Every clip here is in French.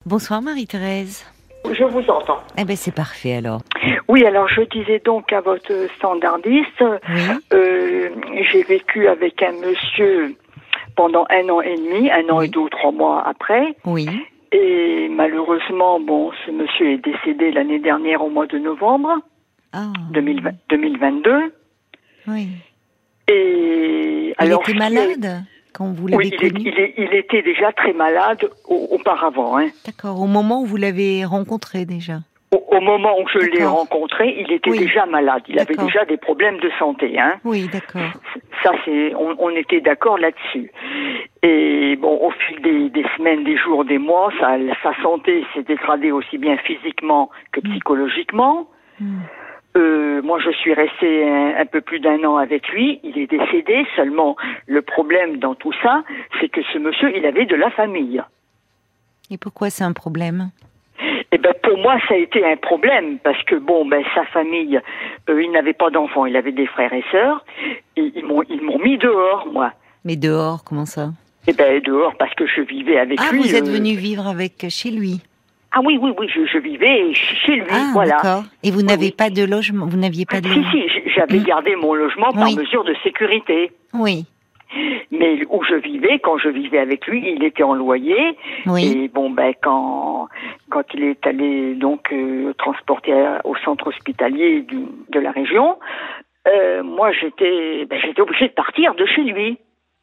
Bonsoir Marie-Thérèse. Je vous entends. Eh bien c'est parfait alors. Oui, alors je disais donc à votre standardiste, j'ai vécu avec un monsieur pendant 1 an et demi, 1 an et 2 ou 3 mois après. Oui. Et malheureusement, ce monsieur est décédé l'année dernière au mois de novembre 2022. Oui. Et il alors, était malade quand vous l'avez connu? il était déjà très malade auparavant. Hein. D'accord, au moment où vous l'avez rencontré déjà. Au moment où je l'ai rencontré, il était déjà malade. Il avait déjà des problèmes de santé. Hein. Oui, d'accord. Ça, on était d'accord là-dessus. Et bon, au fil des semaines, des jours, des mois, sa santé s'est dégradée aussi bien physiquement que psychologiquement. Moi, je suis restée un peu plus d'1 an avec lui. Il est décédé. Seulement, le problème dans tout ça, c'est que ce monsieur, il avait de la famille. Et pourquoi c'est un problème? Eh ben, pour moi, ça a été un problème parce que sa famille, il n'avait pas d'enfants, il avait des frères et sœurs. Et ils m'ont mis dehors, moi. Mais dehors, comment ça? Eh ben, dehors parce que je vivais avec lui. Ah, vous êtes venu vivre chez lui? Ah oui, je vivais chez lui, voilà. D'accord. Et vous n'avez pas de logement? Vous n'aviez pas de logement? Si, j'avais gardé mon logement par mesure de sécurité. Oui. Mais où je vivais, quand je vivais avec lui, il était en loyer. Oui. Et quand il est allé donc transporté au centre hospitalier de la région, moi j'étais obligée de partir de chez lui.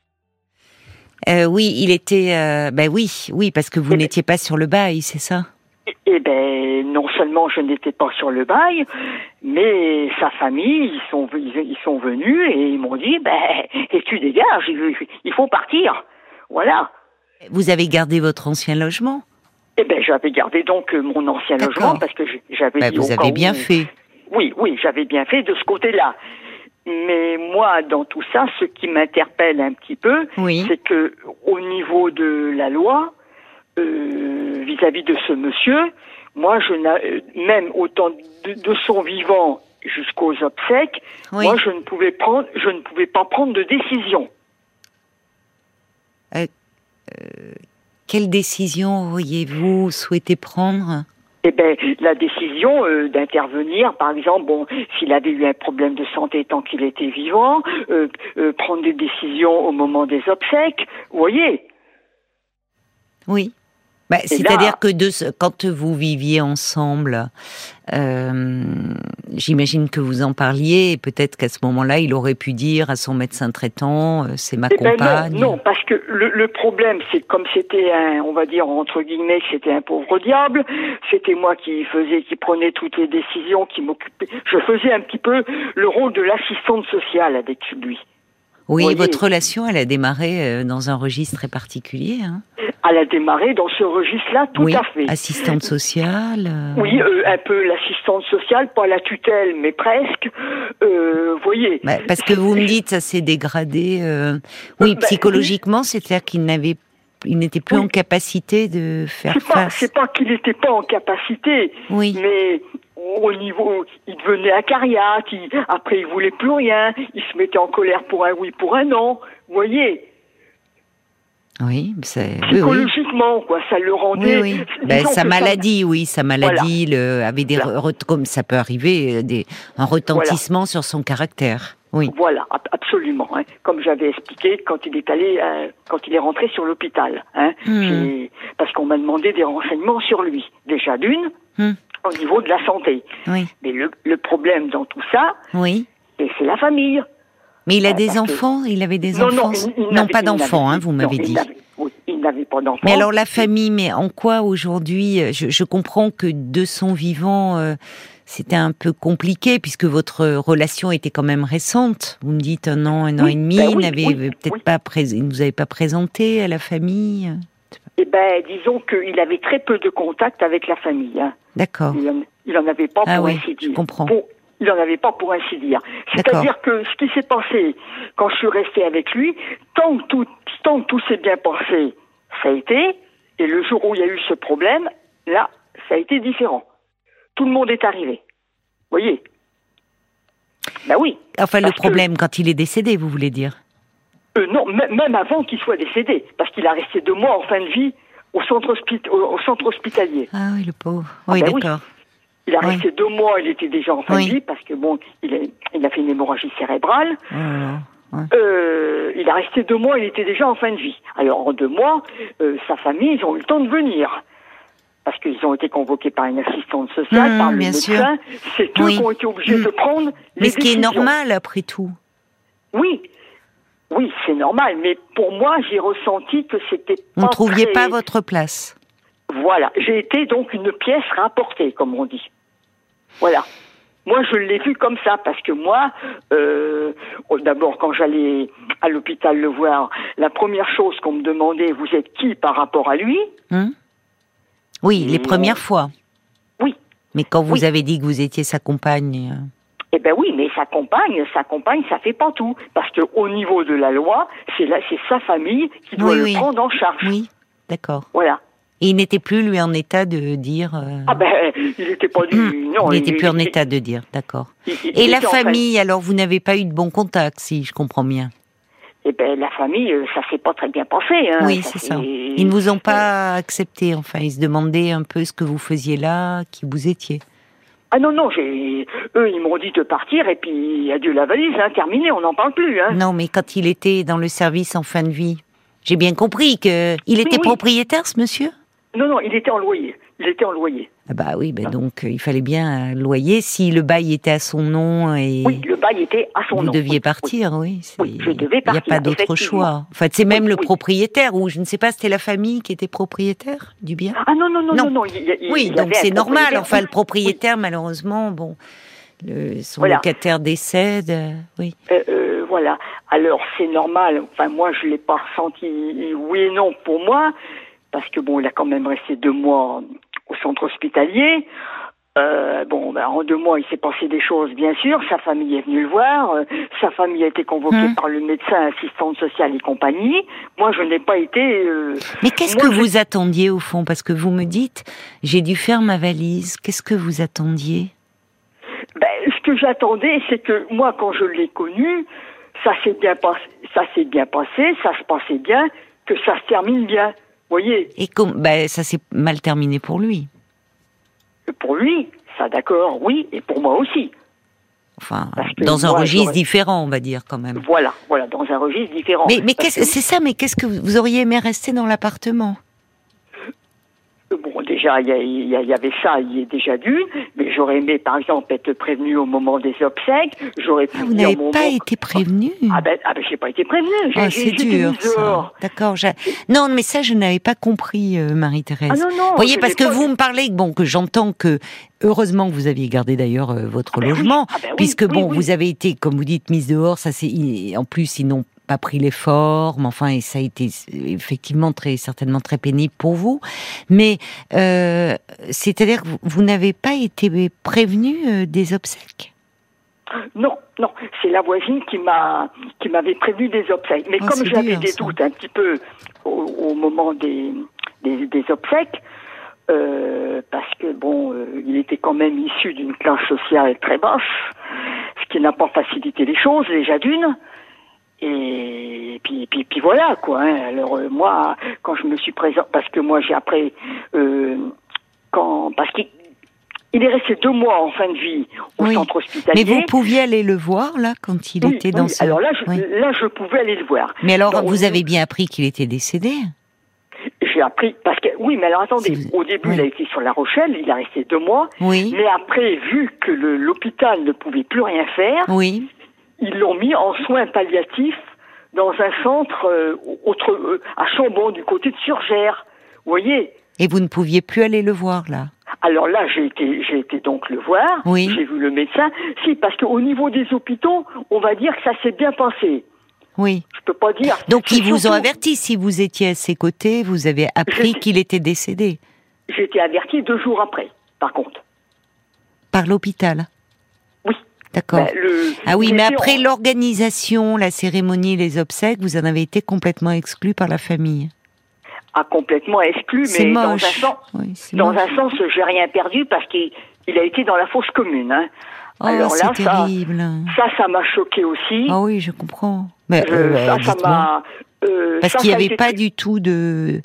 Oui, il était. Oui, parce que vous n'étiez pas sur le bail, c'est ça? Eh ben, non seulement je n'étais pas sur le bail, mais sa famille, ils sont venus et ils m'ont dit, et tu dégages, il faut partir. Voilà. Vous avez gardé votre ancien logement? Eh ben, j'avais gardé donc mon ancien logement parce que j'avais dit vous avez bien fait. Oui, j'avais bien fait de ce côté-là. Mais moi, dans tout ça, ce qui m'interpelle un petit peu, c'est que au niveau de la loi, vis-à-vis de ce monsieur, moi, même autant de son vivant jusqu'aux obsèques, moi, je ne pouvais pas prendre de décision. Quelle décision auriez-vous souhaité prendre? Eh ben, la décision d'intervenir, par exemple, s'il avait eu un problème de santé tant qu'il était vivant, prendre des décisions au moment des obsèques, vous voyez. Oui. C'est-à-dire que quand vous viviez ensemble, j'imagine que vous en parliez, et peut-être qu'à ce moment-là, il aurait pu dire à son médecin traitant, c'est ma compagne. Non, parce que le problème, c'est comme c'était on va dire entre guillemets, c'était un pauvre diable, c'était moi qui prenais toutes les décisions, qui m'occupais. Je faisais un petit peu le rôle de l'assistante sociale avec lui. Oui, votre relation, elle a démarré dans un registre très particulier. Hein. Elle a démarré dans ce registre-là, tout à fait. Assistante sociale. Oui, un peu l'assistante sociale, pas la tutelle, mais presque. Voyez. Parce que vous me dites, ça s'est dégradé. Psychologiquement, c'est-à-dire qu'il n'était plus en capacité de faire face. C'est pas qu'il n'était pas en capacité, mais au niveau, il devenait acariâtre, après il voulait plus rien, il se mettait en colère pour un oui, pour un non, vous voyez. Oui, c'est psychologiquement, quoi, ça le rendait. Sa maladie, avait des comme ça peut arriver, un retentissement sur son caractère. Oui. Voilà, absolument. Hein. Comme j'avais expliqué quand il est rentré sur l'hôpital, hein, parce qu'on m'a demandé des renseignements sur lui. Déjà d'une, au niveau de la santé. Oui. Mais le problème dans tout ça, c'est la famille. Mais il a des enfants? Il avait des enfants? Non, pas d'enfants, vous m'avez dit. Il n'avait pas d'enfants. Mais alors la famille, mais en quoi aujourd'hui, je comprends que de son vivant, c'était un peu compliqué puisque votre relation était quand même récente. Vous me dites 1 an, 1 an et demi, il ne vous avait pas présenté à la famille. Eh ben, disons qu'il avait très peu de contact avec la famille. Hein. D'accord. Il en avait pas pour ainsi dire. Je comprends. Il n'en avait pas pour ainsi dire. C'est-à-dire que ce qui s'est passé quand je suis restée avec lui, tant que tout s'est bien passé, ça a été, et le jour où il y a eu ce problème, là, ça a été différent. Tout le monde est arrivé. Vous voyez? Ben oui. Enfin, le problème quand il est décédé, vous voulez dire? Non, même avant qu'il soit décédé, parce qu'il a resté 2 mois en fin de vie au centre hospitalier. Ah oui, le pauvre. Oui, d'accord. Oui. Il a resté 2 mois, il était déjà en fin de vie, parce que bon, il a fait une hémorragie cérébrale. Il a resté 2 mois, il était déjà en fin de vie. Alors en 2 mois, sa famille, ils ont eu le temps de venir. Parce qu'ils ont été convoqués par une assistante sociale, par le médecin. C'est eux qui ont été obligés de prendre les décisions. Mais ce qui est normal, après tout. Oui, c'est normal. Mais pour moi, j'ai ressenti que c'était pas Vous ne trouviez pas votre place. Voilà. J'ai été donc une pièce rapportée, comme on dit. Voilà. Moi, je l'ai vu comme ça, parce que moi, d'abord, quand j'allais à l'hôpital le voir, la première chose qu'on me demandait, vous êtes qui par rapport à lui ? Oui, les premières fois. Oui. Mais quand vous avez dit que vous étiez sa compagne... Eh ben oui, mais sa compagne, ça fait pas tout. Parce que au niveau de la loi, c'est sa famille qui doit le prendre en charge. Oui, d'accord. Voilà. Et il n'était plus, lui, en état de dire... Ah ben, il n'était pas du... Non, il n'était plus en état de dire, d'accord. Et la famille, alors, vous n'avez pas eu de bon contact, si je comprends bien. Eh ben, la famille, ça s'est pas très bien passé. Hein. Oui, c'est ça. Ils ne vous ont pas accepté, enfin, ils se demandaient un peu ce que vous faisiez là, qui vous étiez. Ah non, eux, ils m'ont dit de partir, et puis, adieu la valise, terminé, on n'en parle plus. Hein. Non, mais quand il était dans le service en fin de vie, j'ai bien compris il était propriétaire, ce monsieur ? Non, il était en loyer. Ah bah oui, donc il fallait bien un loyer. Si le bail était à son nom et... Oui, le bail était à son nom. Vous deviez partir, oui. Oui, je devais partir. Il n'y a pas d'autre choix. En fait, c'est même le propriétaire, ou je ne sais pas, c'était la famille qui était propriétaire du bien. Ah non. Oui, donc c'est normal. Enfin, le propriétaire, malheureusement, son locataire décède, oui. Voilà. Alors, c'est normal. Enfin, moi, je l'ai pas ressenti oui et non pour moi. Parce que il a quand même resté 2 mois au centre hospitalier. En 2 mois, il s'est passé des choses, bien sûr. Sa famille est venue le voir. Sa famille a été convoquée par le médecin, assistante sociale et compagnie. Moi, je n'ai pas été... Mais qu'est-ce que vous attendiez, au fond ? Parce que vous me dites, j'ai dû faire ma valise. Qu'est-ce que vous attendiez ? Ce que j'attendais, c'est que moi, quand je l'ai connu, ça s'est bien passé, ça se passait bien, que ça se termine bien. Voyez. Et ça s'est mal terminé pour lui. Pour lui, ça d'accord, oui, et pour moi aussi. Enfin, dans un registre différent, on va dire quand même. Voilà, dans un registre différent. Mais qu'est-ce que vous auriez aimé rester dans l'appartement ? Bon, déjà, il y avait ça, il y est déjà d'une, mais j'aurais aimé, par exemple, être prévenu au moment des obsèques. J'aurais pu vous n'avez pas été prévenu ? J'ai pas été prévenu. C'est dur, ça. D'accord. Non, mais ça, je n'avais pas compris, Marie-Thérèse. Ah non. Vous voyez, parce que vous me parlez, que j'entends que, heureusement que vous aviez gardé d'ailleurs votre logement, puisque vous avez été, comme vous dites, mise dehors, ça c'est, en plus, ils n'ont pas pris l'effort, mais enfin, et ça a été effectivement certainement très pénible pour vous. Mais c'est-à-dire que vous n'avez pas été prévenu des obsèques ? Non, c'est la voisine qui m'avait prévenu des obsèques. Mais comme j'avais des doutes un petit peu au moment des obsèques, parce que il était quand même issu d'une classe sociale très basse, ce qui n'a pas facilité les choses, déjà d'une. Et puis voilà quoi. Alors moi, quand je me suis présent, parce que moi j'ai après, parce qu'il est resté 2 mois en fin de vie au centre hospitalier. Mais vous pouviez aller le voir là quand il était dans ce... Alors là, je pouvais aller le voir. Mais alors, vous avez bien appris qu'il était décédé ? J'ai appris, parce que, mais alors attendez, au début, il a été sur La Rochelle, il a resté 2 mois, mais après, vu que l'hôpital ne pouvait plus rien faire, ils l'ont mis en soins palliatifs dans un centre à Chambon, du côté de Surgères, vous voyez. Et vous ne pouviez plus aller le voir, là ? Alors là, j'ai été donc le voir, j'ai vu le médecin, parce qu'au niveau des hôpitaux, on va dire que ça s'est bien passé. Oui. Je peux pas dire. Donc ils vous ont averti, si vous étiez à ses côtés, vous avez appris qu'il était décédé. J'ai été averti 2 jours après, par contre. Par l'hôpital ? Oui. D'accord. Mais après l'organisation, la cérémonie, les obsèques, vous en avez été complètement exclu par la famille. Complètement exclu, mais dans un sens, j'ai rien perdu parce qu'il a été dans la fosse commune. Alors là, c'est terrible. Ça m'a choqué aussi. Ah oui, je comprends. Mais ça m'a... parce qu'il n'y avait pas du tout de...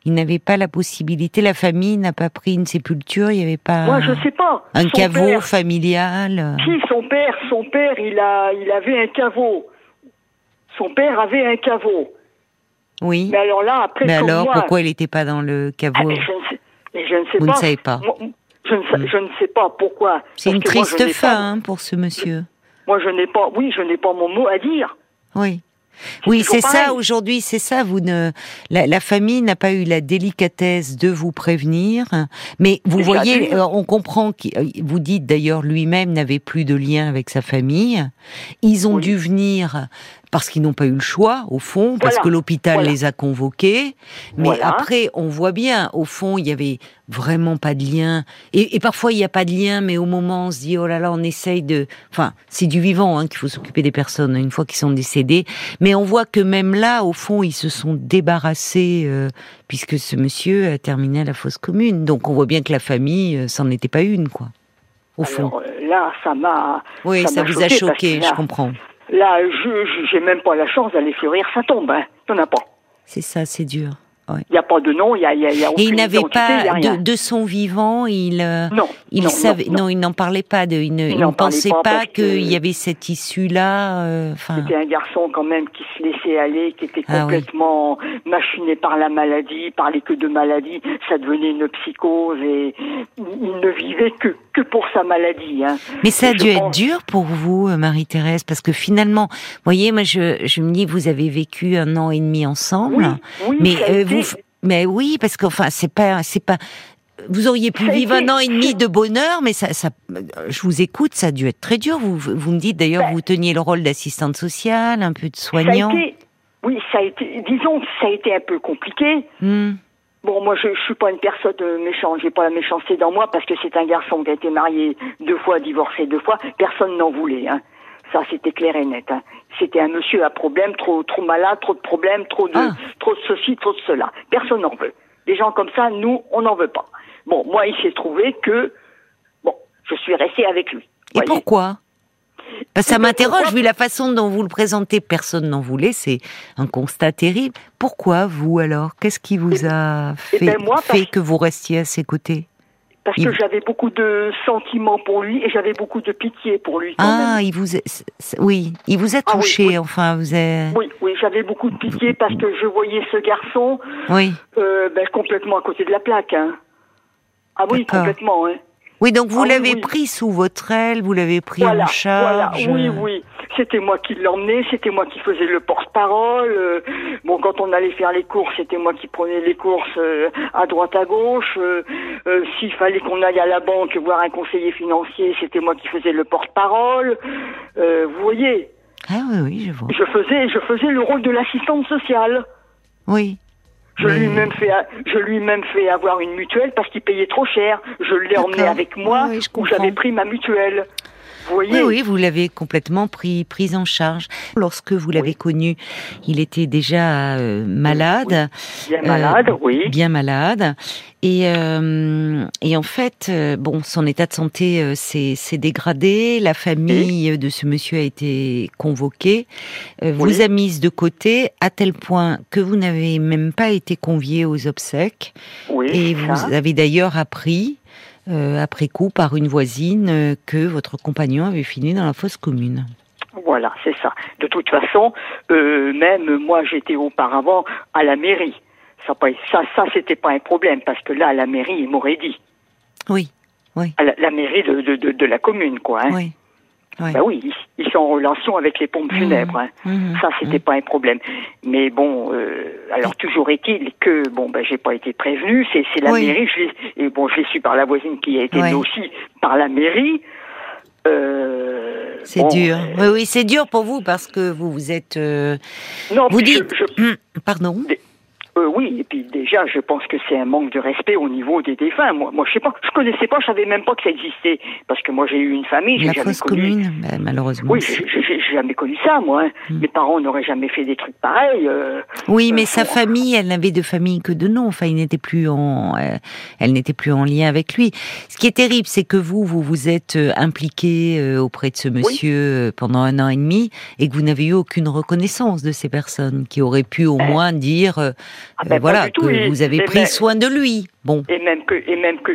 Il n'avait pas la possibilité, la famille n'a pas pris une sépulture, il n'y avait pas... Moi, je sais pas. Un caveau familial. Si, son père, il avait un caveau. Son père avait un caveau. Oui. Mais alors là, après, mais alors, moi, pourquoi il n'était pas dans le caveau? je ne sais Vous pas. Ne savez pas. Je ne sais pas pourquoi. C'est une triste fin pour ce monsieur. Moi, je n'ai pas mon mot à dire. Oui. Oui, c'est ça aujourd'hui, c'est ça. La famille n'a pas eu la délicatesse de vous prévenir, mais vous voyez, on comprend que vous dites d'ailleurs lui-même n'avait plus de lien avec sa famille. Ils ont dû venir parce qu'ils n'ont pas eu le choix, au fond, parce que l'hôpital les a convoqués. Mais après, on voit bien, au fond, il y avait vraiment pas de lien. Et parfois, il n'y a pas de lien, mais au moment, on se dit, oh là là, on essaye de... Enfin, c'est du vivant qu'il faut s'occuper des personnes une fois qu'ils sont décédés. Mais on voit que même là, au fond, ils se sont débarrassés, puisque ce monsieur a terminé à la fosse commune. Donc, on voit bien que la famille, c'en était pas une, quoi. Au fond. Là, ça m'a... Oui, ça vous a choqué, je comprends. Là, j'ai même pas la chance d'aller fleurir sa tombe. Il n'y en a pas. C'est ça, c'est dur. Il n'y a pas de nom, il y a aucune Et il n'avait identité, pas de son vivant, il savait, non, il n'en parlait pas, il ne pensait pas qu'il y avait cette issue-là. C'était un garçon quand même qui se laissait aller, qui était complètement machiné par la maladie, parlait que de maladie, ça devenait une psychose et il ne vivait que pour sa maladie. Mais ça a dû être dur pour vous, Marie-Thérèse, parce que finalement, vous voyez, moi je me dis, vous avez vécu 1 an et demi ensemble, mais oui, parce qu'enfin, c'est pas, vous auriez pu vivre 1 an et demi de bonheur, mais ça, je vous écoute, ça a dû être très dur. Vous me dites d'ailleurs, vous teniez le rôle d'assistante sociale, un peu de soignant. Ça a été un peu compliqué. Bon, moi, je suis pas une personne méchante, j'ai pas la méchanceté dans moi, parce que c'est un garçon qui a été marié 2 fois, divorcé 2 fois, personne n'en voulait, Ça, c'était clair et net, C'était un monsieur à problème, trop malade, trop de problèmes, trop de ceci, trop de cela. Personne n'en veut. Des gens comme ça, nous, on n'en veut pas. Bon, moi, il s'est trouvé que, je suis restée avec lui. Et pourquoi? Ça m'interroge, vu la façon dont vous le présentez, personne n'en voulait, c'est un constat terrible. Pourquoi vous, alors? Qu'est-ce qui vous a fait que vous restiez à ses côtés? Parce que j'avais beaucoup de sentiments pour lui et j'avais beaucoup de pitié pour lui. Il vous a touché, enfin, vous avez... Oui, j'avais beaucoup de pitié parce que je voyais ce garçon complètement à côté de la plaque. Ah oui, complètement. Oui, donc vous l'avez pris sous votre aile, vous l'avez pris en charge. Oui. C'était moi qui l'emmenais, c'était moi qui faisais le porte-parole. Quand on allait faire les courses, c'était moi qui prenais les courses à droite à gauche. S'il fallait qu'on aille à la banque voir un conseiller financier, c'était moi qui faisais le porte-parole. Vous voyez? Ah oui, je vois. Je faisais le rôle de l'assistante sociale. Oui. Je lui ai même fait avoir une mutuelle parce qu'il payait trop cher. Je l'ai emmené avec moi où j'avais pris ma mutuelle. Vous voyez ? Oui, vous l'avez complètement prise en charge. Lorsque vous l'avez connu, il était déjà malade. Bien malade. Et en fait, son état de santé s'est dégradé. La famille de ce monsieur a été convoquée, vous a mise de côté à tel point que vous n'avez même pas été convié aux obsèques. Et vous avez d'ailleurs appris, après coup, par une voisine, que votre compagnon avait fini dans la fosse commune. Voilà, c'est ça. De toute façon, même moi, j'étais auparavant à la mairie. Ça, c'était pas un problème, parce que là, à la mairie, ils m'auraient dit. Oui. À la mairie de la commune, quoi. Oui. Ils sont en relation avec les pompes funèbres. Ça, c'était pas un problème. Mais alors toujours est-il que j'ai pas été prévenue. C'est la mairie. Je l'ai su par la voisine qui a été née aussi par la mairie. C'est dur. Oui, c'est dur pour vous parce que vous êtes. Non, vous dites. Pardon. Oui, et puis déjà, je pense que c'est un manque de respect au niveau des défunts. Moi, je sais pas, je connaissais pas, je savais même pas que ça existait, parce que moi, j'ai eu une famille, j'ai jamais connu. La fosse commune, malheureusement. Oui, j'ai jamais connu ça, moi. Mes parents n'auraient jamais fait des trucs pareils. Mais sa famille, elle n'avait de famille que de nom. Enfin, elle n'était plus en lien avec lui. Ce qui est terrible, c'est que vous êtes impliqué auprès de ce monsieur pendant 1 an et demi, et que vous n'avez eu aucune reconnaissance de ces personnes qui auraient pu au moins dire. voilà, que vous avez pris soin de lui. Bon. Et même que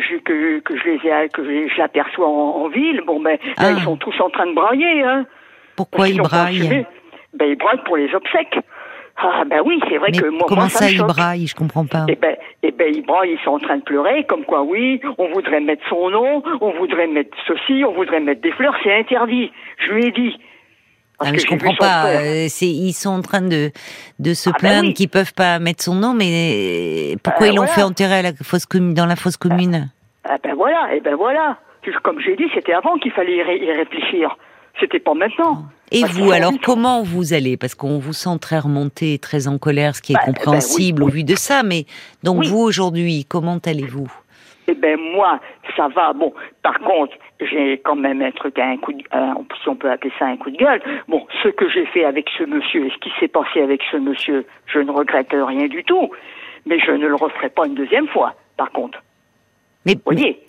je l'aperçois en ville. Bon, là, ils sont tous en train de brailler, hein. Pourquoi ils braillent? Ils braillent pour les obsèques. Ah oui, c'est vrai. Mais que moi, comment ça ils braillent? Je comprends pas. Ils braillent, ils sont en train de pleurer, comme quoi oui, on voudrait mettre son nom, on voudrait mettre ceci, on voudrait mettre des fleurs, c'est interdit. Je lui ai dit. Mais je comprends pas. Ils sont en train de se plaindre qu'ils peuvent pas mettre son nom, mais pourquoi ils l'ont fait enterrer à dans la fosse commune? Voilà. Comme j'ai dit, c'était avant qu'il fallait y réfléchir. C'était pas maintenant. Et vous, alors, comment vous allez? Parce qu'on vous sent très remonté, très en colère, ce qui est compréhensible au vu de ça. Mais donc vous, aujourd'hui, comment allez-vous? Moi, ça va. Bon, par contre, j'ai quand même un truc, si on peut appeler ça un coup de gueule. Bon, ce que j'ai fait avec ce monsieur et ce qui s'est passé avec ce monsieur, je ne regrette rien du tout. Mais je ne le referai pas une deuxième fois, par contre. Mais vous voyez?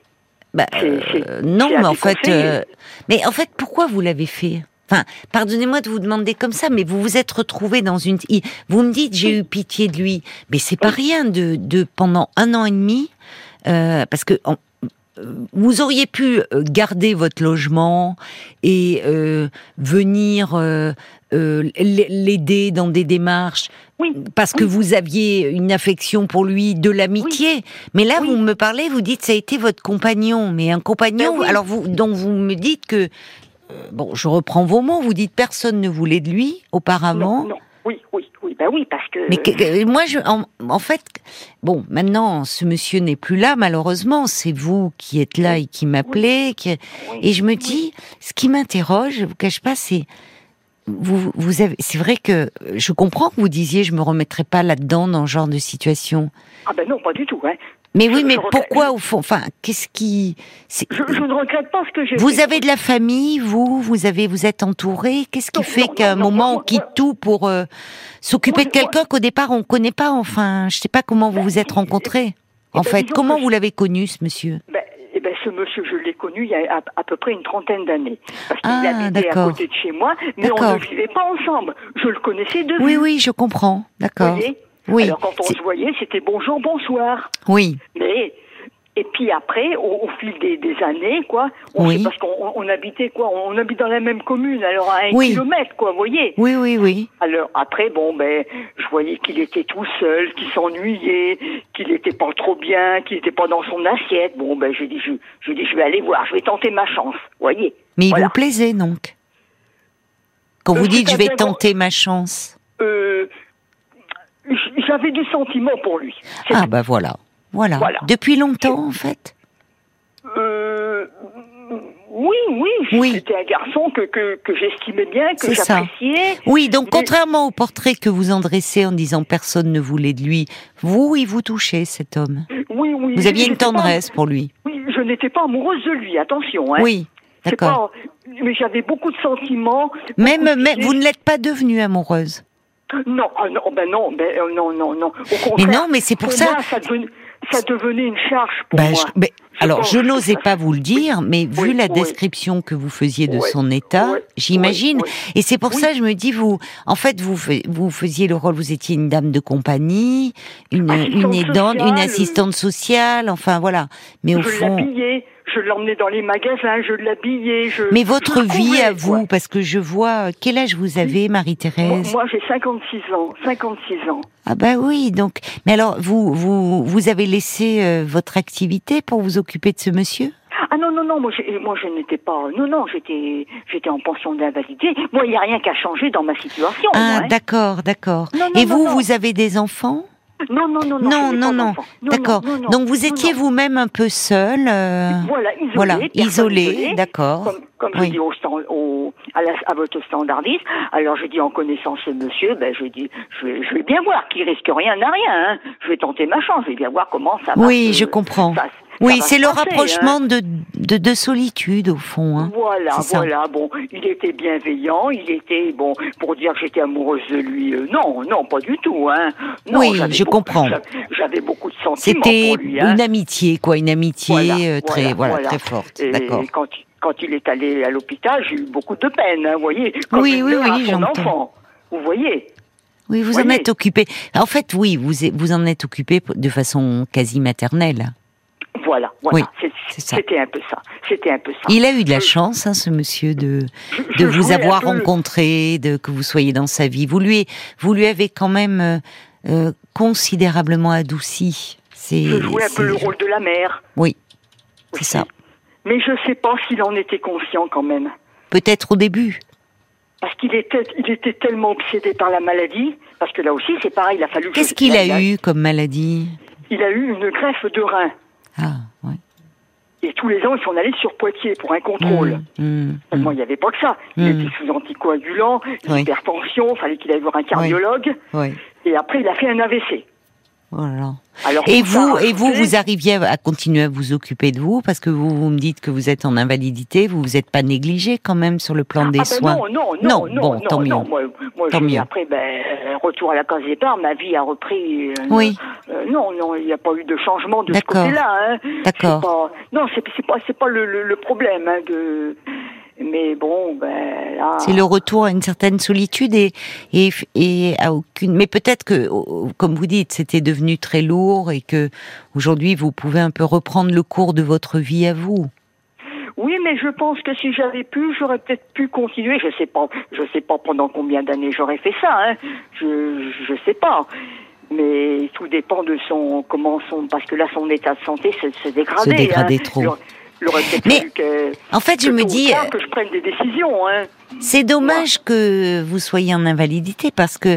Non, mais en fait, pourquoi vous l'avez fait? Enfin, pardonnez-moi de vous demander comme ça, mais vous vous êtes retrouvé dans une... Vous me dites, j'ai eu pitié de lui. Mais c'est pas rien de pendant 1 an et demi, parce que vous auriez pu garder votre logement et venir l'aider dans des démarches, parce que vous aviez une affection pour lui, de l'amitié. Mais là, vous me parlez, vous dites, ça a été votre compagnon, mais un compagnon. Alors donc vous me dites que je reprends vos mots. Vous dites personne ne voulait de lui auparavant. Non. Oui, parce que... Mais moi, en fait, maintenant, ce monsieur n'est plus là, malheureusement. C'est vous qui êtes là et qui m'appelez. Et je me dis, ce qui m'interroge, je vous cache pas, c'est... c'est vrai que je comprends que vous disiez, je me remettrai pas là-dedans, dans ce genre de situation. Non, pas du tout, hein. Mais pourquoi, au fond, enfin, qu'est-ce qui... Je ne regrette pas ce que j'ai fait. Vous avez de la famille, vous êtes entouré. Qu'est-ce qui fait qu'à un moment, on quitte tout pour s'occuper de quelqu'un qu'au départ, on connaît pas, enfin, je sais pas comment vous vous êtes rencontrés. En fait, comment vous l'avez connu, ce monsieur? Ce monsieur, je l'ai connu il y a à peu près une 30aine d'années. Parce qu'il habitait à côté de chez moi, mais on ne vivait pas ensemble. Je le connaissais de vue. Oui, je comprends. D'accord. Vous voyez ? Oui. Alors quand on se voyait, c'était bonjour, bonsoir. Oui. Et puis après, au fil des années, quoi, parce qu'on habitait, on habite dans la même commune, alors à 1 kilomètre, quoi, vous voyez. Oui. Alors après, je voyais qu'il était tout seul, qu'il s'ennuyait, qu'il était pas trop bien, qu'il était pas dans son assiette. J'ai dit, je vais aller voir, je vais tenter ma chance, vous voyez. Mais il vous plaisait, donc? Quand vous dites, je vais tenter ma chance? J'avais du sentiment pour lui. Voilà. Depuis longtemps, en fait? Oui. C'était un garçon que j'estimais bien, que j'appréciais. Oui, donc contrairement au portrait que vous en dressez en disant personne ne voulait de lui, il vous touchait, cet homme. Oui. Vous aviez une tendresse pour lui. Oui, je n'étais pas amoureuse de lui, attention. Hein. Oui, d'accord. Mais j'avais beaucoup de sentiments. Même vous ne l'êtes pas devenue amoureuse? Non. Au contraire, mais non, mais c'est pour ça. Moi, ça devenait une charge pour moi. Je n'osais pas vous le dire, mais vu la description que vous faisiez de son état, j'imagine. Et c'est pour ça, je me dis, vous faisiez le rôle, vous étiez une dame de compagnie, une aidante, une assistante sociale, enfin voilà. Mais au fond. Je l'emmenais dans les magasins, je l'habillais. Mais votre vie à vous, parce que je vois... Quel âge vous avez, Marie-Thérèse? Moi, j'ai 56 ans. 56 ans. Oui, donc... Mais alors, vous avez laissé votre activité pour vous occuper de ce monsieur? Non, moi je n'étais pas... Non, j'étais en pension d'invalidité. Moi, il n'y a rien qu'à changer dans ma situation. D'accord. Et vous avez des enfants? Non. D'accord. Donc vous étiez vous-même un peu seule. Isolée, d'accord. Comme je dis à votre standardiste. Alors je dis en connaissant ce monsieur, je vais bien voir qu'il risque rien n'a rien. Hein. Je vais tenter ma chance. Je vais bien voir comment ça va. Oui, je comprends. C'est le rapprochement de solitude, au fond. Hein. Voilà. Bon, il était bienveillant, pour dire que j'étais amoureuse de lui. Non, pas du tout. Hein. Non, je comprends. J'avais beaucoup de sentiments pour lui. C'était une amitié, très forte. Et d'accord. Quand il est allé à l'hôpital, j'ai eu beaucoup de peine, hein, vous voyez. Comme oui, son j'entends. enfant, vous voyez. Oui, vous en êtes occupé. En fait, oui, vous en êtes occupé de façon quasi maternelle. Voilà. Oui, c'était un peu ça. Il a eu de la chance, hein, ce monsieur, de vous avoir rencontré, que vous soyez dans sa vie. Vous lui avez quand même considérablement adouci. Je jouais un peu le rôle de la mère. Oui, c'est ça. Mais je ne sais pas s'il en était conscient quand même. Peut-être au début. Parce qu'il était tellement obsédé par la maladie, parce que là aussi c'est pareil, il a fallu... Qu'est-ce qu'il a eu comme maladie? Il a eu une greffe de rein. Ah, oui. Et tous les ans, ils sont allés sur Poitiers pour un contrôle. Moi, il n'y avait pas que ça. Il était sous anticoagulant, hypertension, il fallait qu'il aille voir un cardiologue. Oui. Et après, il a fait un AVC. Voilà. Alors, vous arriviez à continuer à vous occuper de vous, parce que vous me dites que vous êtes en invalidité, vous vous êtes pas négligé quand même sur le plan des soins. Non, tant mieux. Tant mieux. Après, retour à la case départ, ma vie a repris. Oui. Non, il n'y a pas eu de changement de ce côté-là. Hein. D'accord. C'est pas le problème Mais bon, là... C'est le retour à une certaine solitude et à aucune... Mais peut-être que, comme vous dites, c'était devenu très lourd et que aujourd'hui vous pouvez un peu reprendre le cours de votre vie à vous. Oui, mais je pense que si j'avais pu, j'aurais peut-être pu continuer. Je sais pas pendant combien d'années j'aurais fait ça. Hein. Je sais pas. Mais tout dépend de parce que là, son état de santé se dégradait. Se dégradait trop. Mais en fait, je me dis que je prenne des décisions. Hein. C'est dommage que vous soyez en invalidité parce que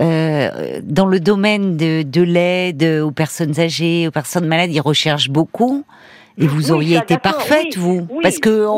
dans le domaine de l'aide aux personnes âgées, aux personnes malades, ils recherchent beaucoup. Et vous auriez été parfaite, parce que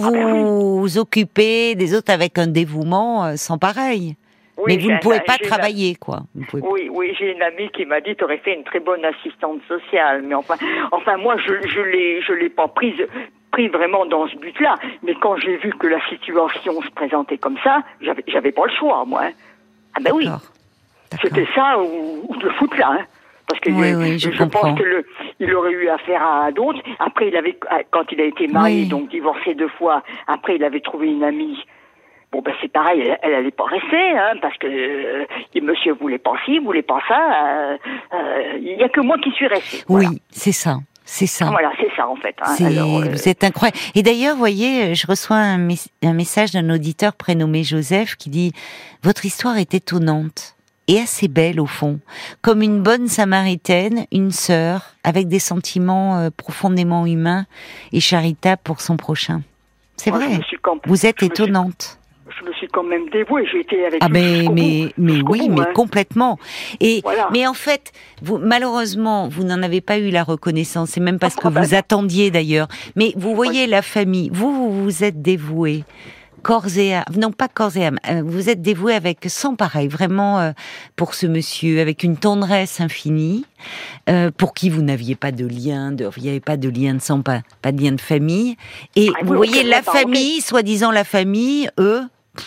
vous occupez des autres avec un dévouement sans pareil. Mais vous ne pouvez pas travailler, quoi. Oui, j'ai une amie qui m'a dit, t'aurais fait une très bonne assistante sociale. Mais enfin, moi, je l'ai pas pris vraiment dans ce but-là. Mais quand j'ai vu que la situation se présentait comme ça, j'avais pas le choix, moi. Hein. Ah ben oui. D'accord. C'était ça ou de foutre là, hein. Parce que je pense que il aurait eu affaire à d'autres. Après, quand il a été marié, donc divorcé 2 fois, après, il avait trouvé une amie. Bon, c'est pareil, elle allait pas rester, hein, parce que monsieur voulait pas ci, voulait pas ça. Il y a que moi qui suis restée. Voilà. Oui, c'est ça. Voilà, c'est ça, en fait. Hein. Vous êtes incroyable. Et d'ailleurs, vous voyez, je reçois un message d'un auditeur prénommé Joseph qui dit « Votre histoire est étonnante et assez belle, au fond. Comme une bonne samaritaine, une sœur, avec des sentiments profondément humains et charitables pour son prochain. » C'est vrai. Vous êtes étonnante. Je me suis quand même dévouée, j'ai été avec mais complètement. Et voilà. Mais en fait, malheureusement, vous n'en avez pas eu la reconnaissance, c'est même parce que vous attendiez d'ailleurs. Mais vous voyez la famille, vous êtes dévouée. Corps et âme, non pas corps et âme, vous êtes dévoué avec sans pareil, vraiment pour ce monsieur, avec une tendresse infinie, pour qui vous n'aviez pas de lien, il n'y avait pas de lien de sang, pas de lien de famille. Et vous voyez la famille, soi-disant la famille, eux,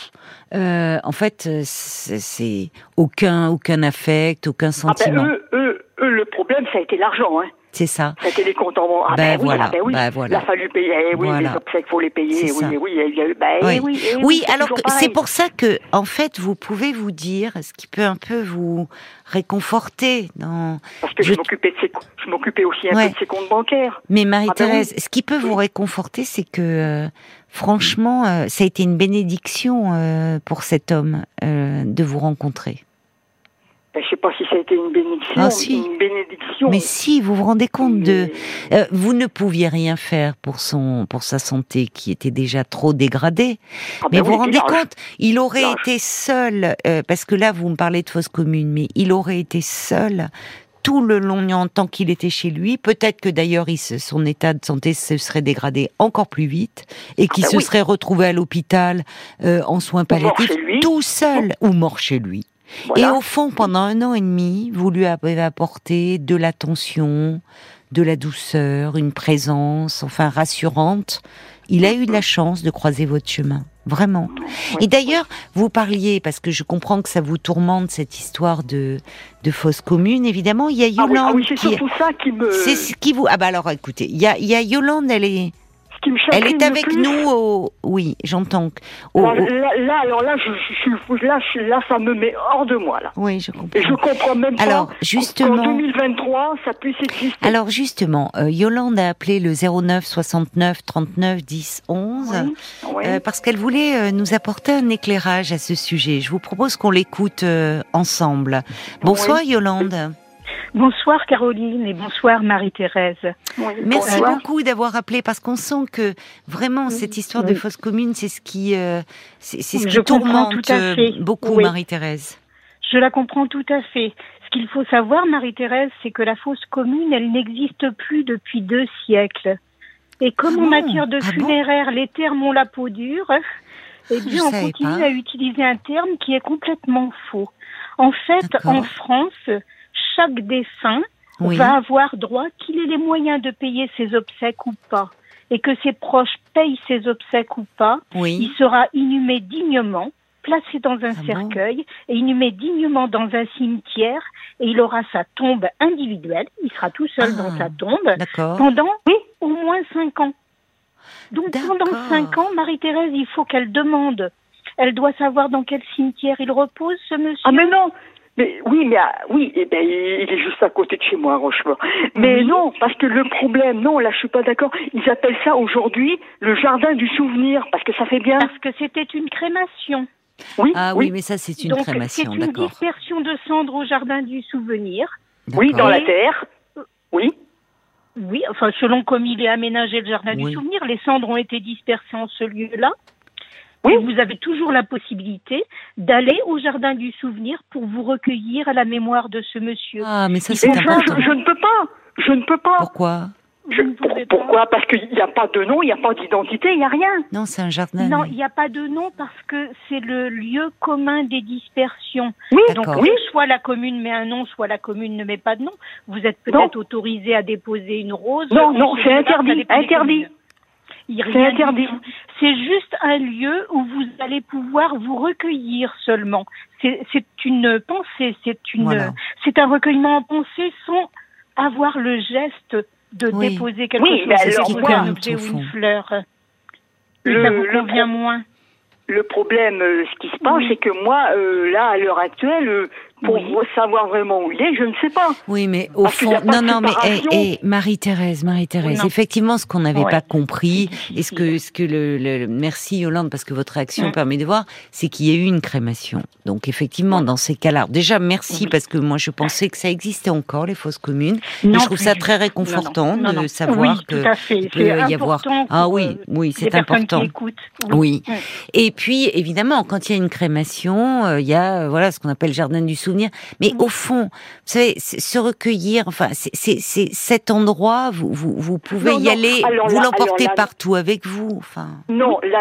en fait, c'est aucun affect, aucun sentiment. Eux, le problème, ça a été l'argent, hein. C'est ça. C'était les comptes en banque. Voilà. Il a fallu payer. Les obsèques, faut les payer. Oui. Alors c'est pour ça que, en fait, vous pouvez vous dire, ce qui peut un peu vous réconforter Parce que je m'occupais aussi un peu de ses comptes bancaires. Mais Marie-Thérèse, ce qui peut vous réconforter, c'est que, franchement, ça a été une bénédiction pour cet homme de vous rencontrer. Je ne sais pas si ça a été une bénédiction. Ah, si. Une bénédiction. Mais si, vous vous rendez compte vous ne pouviez rien faire pour sa santé qui était déjà trop dégradée. Mais vous vous rendez compte, il aurait été seul, parce que là vous me parlez de fosse commune, mais il aurait été seul tout le long tant qu'il était chez lui. Peut-être que d'ailleurs son état de santé se serait dégradé encore plus vite et qu'il se serait retrouvé à l'hôpital en soins palliatifs, tout seul, ou mort chez lui. Voilà. Et au fond, pendant 1 an et demi, vous lui avez apporté de l'attention, de la douceur, une présence, enfin rassurante. Il a eu de la chance de croiser votre chemin, vraiment. Et d'ailleurs, vous parliez, parce que je comprends que ça vous tourmente cette histoire de fosse commune, évidemment, il y a Yolande c'est surtout ça qui me... C'est ce qui vous... alors écoutez, il y a Yolande, elle est... qui me Elle est chagrine avec le plus, nous Oui, j'entends. Là, ça me met hors de moi, là. Oui, je comprends. Et je comprends même Alors, pas justement, qu'en 2023, ça puisse exister. Alors justement, Yolande a appelé le 09 69 39 10 11 parce qu'elle voulait nous apporter un éclairage à ce sujet. Je vous propose qu'on l'écoute ensemble. Bonsoir Yolande. Bonsoir Caroline et bonsoir Marie-Thérèse. Merci beaucoup d'avoir appelé parce qu'on sent que vraiment cette histoire de fosse commune, c'est ce qui, tourmente beaucoup Marie-Thérèse. Je la comprends tout à fait. Ce qu'il faut savoir, Marie-Thérèse, c'est que la fosse commune, elle n'existe plus depuis 2 siècles. Et comme en matière de funéraire, les termes ont la peau dure, eh bien, on continue à utiliser un terme qui est complètement faux. En fait, en France, chaque défunt va avoir droit, qu'il ait les moyens de payer ses obsèques ou pas, et que ses proches payent ses obsèques ou pas, il sera inhumé dignement, placé dans un cercueil et inhumé dignement dans un cimetière, et il aura sa tombe individuelle, il sera tout seul dans sa tombe pendant au moins 5 ans. Donc pendant 5 ans, Marie-Thérèse, il faut qu'elle demande. Elle doit savoir dans quel cimetière il repose, ce monsieur. Ah mais non. Mais il est juste à côté de chez moi, à Rochefort. Mais non, parce que le problème, non, là, je suis pas d'accord. Ils appellent ça aujourd'hui le jardin du souvenir, parce que ça fait bien. Parce que c'était une crémation. Oui, mais ça, c'est une crémation, d'accord. C'est une dispersion de cendres au jardin du souvenir. Oui, dans la terre. Oui. Oui, enfin, selon comme il est aménagé le jardin du souvenir, les cendres ont été dispersées en ce lieu-là. Oui. Et vous avez toujours la possibilité d'aller au jardin du souvenir pour vous recueillir à la mémoire de ce monsieur. Ah, mais ça, c'est important. Je ne peux pas. Je ne peux pas. Pourquoi ? Pourquoi ? Parce qu'il n'y a pas de nom, il n'y a pas d'identité, il n'y a rien. Non, c'est un jardin. Non, il n'y a pas de nom parce que c'est le lieu commun des dispersions. Oui, donc soit la commune met un nom, soit la commune ne met pas de nom. Vous êtes peut-être autorisé à déposer une rose. Non, c'est interdit. C'est interdit. C'est juste un lieu où vous allez pouvoir vous recueillir seulement. C'est une pensée, c'est un recueillement en pensée sans avoir le geste de déposer quelque chose, un objet ou une fleur. Ça vous convient moins. Le problème, ce qui se passe, c'est que moi, là, à l'heure actuelle, pour savoir vraiment où il est, je ne sais pas. Oui, mais au fond, mais Marie-Thérèse, effectivement, ce qu'on n'avait pas compris, et ce que merci Yolande, parce que votre réaction permet de voir, c'est qu'il y a eu une crémation. Donc effectivement, dans ces cas-là, déjà merci, parce que moi je pensais que ça existait encore, les fosses communes. Je trouve ça très réconfortant de savoir que il peut y avoir. Ah oui, c'est important. Oui. Et puis évidemment, quand il y a une crémation, il y a ce qu'on appelle jardin du souvenir. Mais au fond, vous savez, se recueillir, enfin, c'est cet endroit, vous pouvez y aller, vous l'emportez partout avec vous. Enfin. Non, là,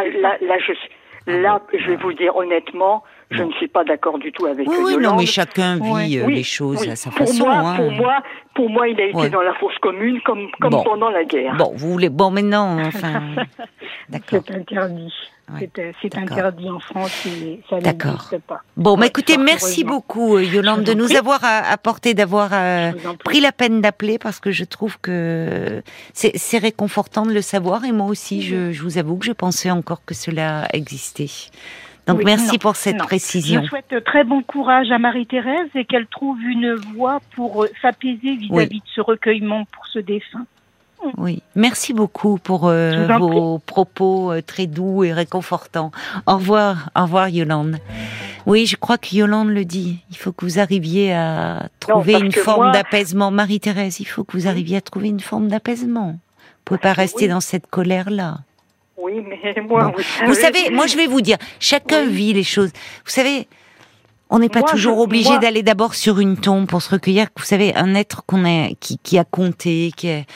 je vais vous dire honnêtement, je ne suis pas d'accord du tout avec Yolande. Oui, non, mais chacun vit les choses à sa façon. Pour moi, il a été dans la fosse commune comme pendant la guerre. Mais non, enfin. D'accord. C'est interdit. C'est interdit en France et ça n'existe pas. Bon, écoutez, merci beaucoup Yolande de nous avoir apporté, d'avoir pris la peine d'appeler, parce que je trouve que c'est réconfortant de le savoir, et moi aussi, je vous avoue que je pensais encore que cela existait. Donc merci pour cette précision. Je souhaite très bon courage à Marie-Thérèse et qu'elle trouve une voie pour s'apaiser vis-à-vis de ce recueillement pour ce défunt. Oui, merci beaucoup pour vos propos très doux et réconfortants. Au revoir Yolande. Oui, je crois que Yolande le dit. Il faut que vous arriviez à trouver une forme d'apaisement. Marie-Thérèse, il faut que vous arriviez à trouver une forme d'apaisement. Vous pouvez pas rester dans cette colère-là. Oui, mais moi... Vous savez, moi je vais vous dire, chacun vit les choses. Vous savez... On n'est pas toujours obligé d'aller d'abord sur une tombe pour se recueillir. Vous savez, un être qui a compté,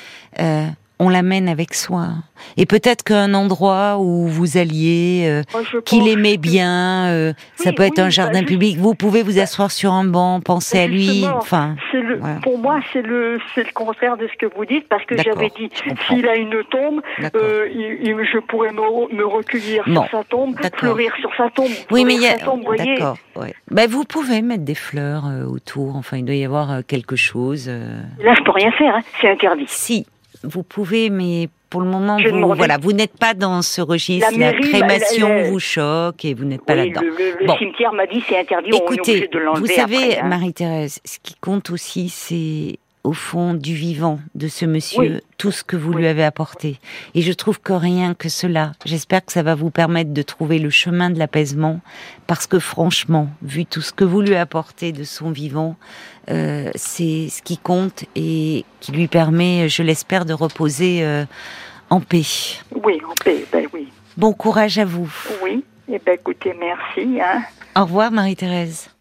on l'amène avec soi. Et peut-être qu'un endroit où vous alliez, qu'il aimait bien, ça peut être un jardin public. Vous pouvez vous asseoir sur un banc, penser à lui. Enfin, pour moi, c'est le contraire de ce que vous dites, parce que j'avais dit, s'il a une tombe, je pourrais me recueillir sur sa tombe, fleurir sur sa tombe. Oui, mais d'accord. Ouais. Vous pouvez mettre des fleurs autour. Enfin, il doit y avoir quelque chose. Là, je peux rien faire. C'est interdit. Si. Vous pouvez, mais pour le moment, vous n'êtes pas dans ce registre. La crémation vous choque et vous n'êtes pas là-dedans. Le cimetière m'a dit c'est interdit. Écoutez, on est de l'enlever. Vous savez, après, Marie-Thérèse, ce qui compte aussi, c'est au fond du vivant de ce monsieur, tout ce que vous lui avez apporté. Et je trouve que rien que cela, j'espère que ça va vous permettre de trouver le chemin de l'apaisement, parce que franchement, vu tout ce que vous lui apportez de son vivant, c'est ce qui compte et qui lui permet, je l'espère, de reposer en paix. Oui, en paix, oui. Bon courage à vous. Oui, écoutez, merci. Au revoir Marie-Thérèse.